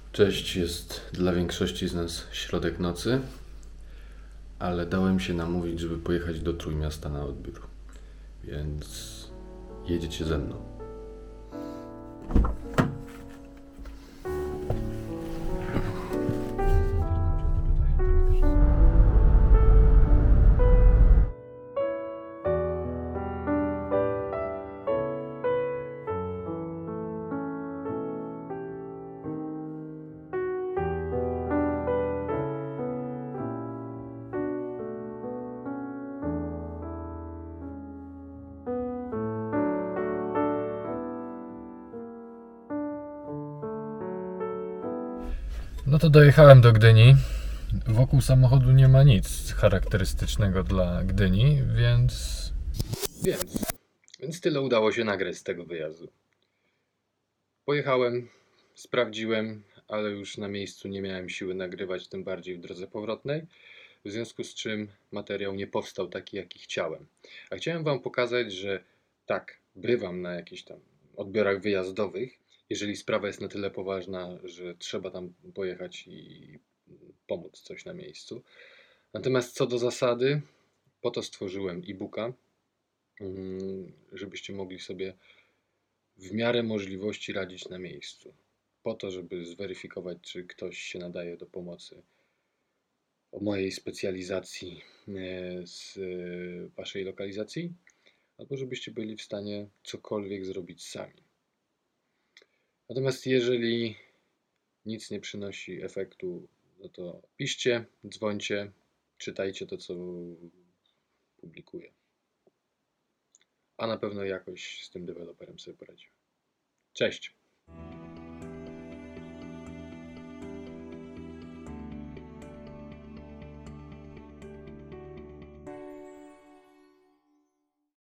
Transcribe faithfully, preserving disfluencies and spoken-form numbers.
Cześć jest dla większości z nas środek nocy, ale dałem się namówić, żeby pojechać do Trójmiasta na odbiór. Więc jedziecie ze mną. No to dojechałem do Gdyni. Wokół samochodu nie ma nic charakterystycznego dla Gdyni, więc... Więc, więc tyle udało się nagrać z tego wyjazdu. Pojechałem, sprawdziłem, ale już na miejscu nie miałem siły nagrywać, tym bardziej w drodze powrotnej, w związku z czym materiał nie powstał taki, jaki chciałem. A chciałem Wam pokazać, że tak, bywam na jakichś tam odbiorach wyjazdowych, jeżeli sprawa jest na tyle poważna, że trzeba tam pojechać i pomóc coś na miejscu. Natomiast co do zasady, po to stworzyłem e-booka, żebyście mogli sobie w miarę możliwości radzić na miejscu. Po to, żeby zweryfikować, czy ktoś się nadaje do pomocy o mojej specjalizacji z Waszej lokalizacji, albo żebyście byli w stanie cokolwiek zrobić sami. Natomiast jeżeli nic nie przynosi efektu, no to piszcie, dzwońcie, czytajcie to, co publikuję. A na pewno jakoś z tym deweloperem sobie poradziłem. Cześć!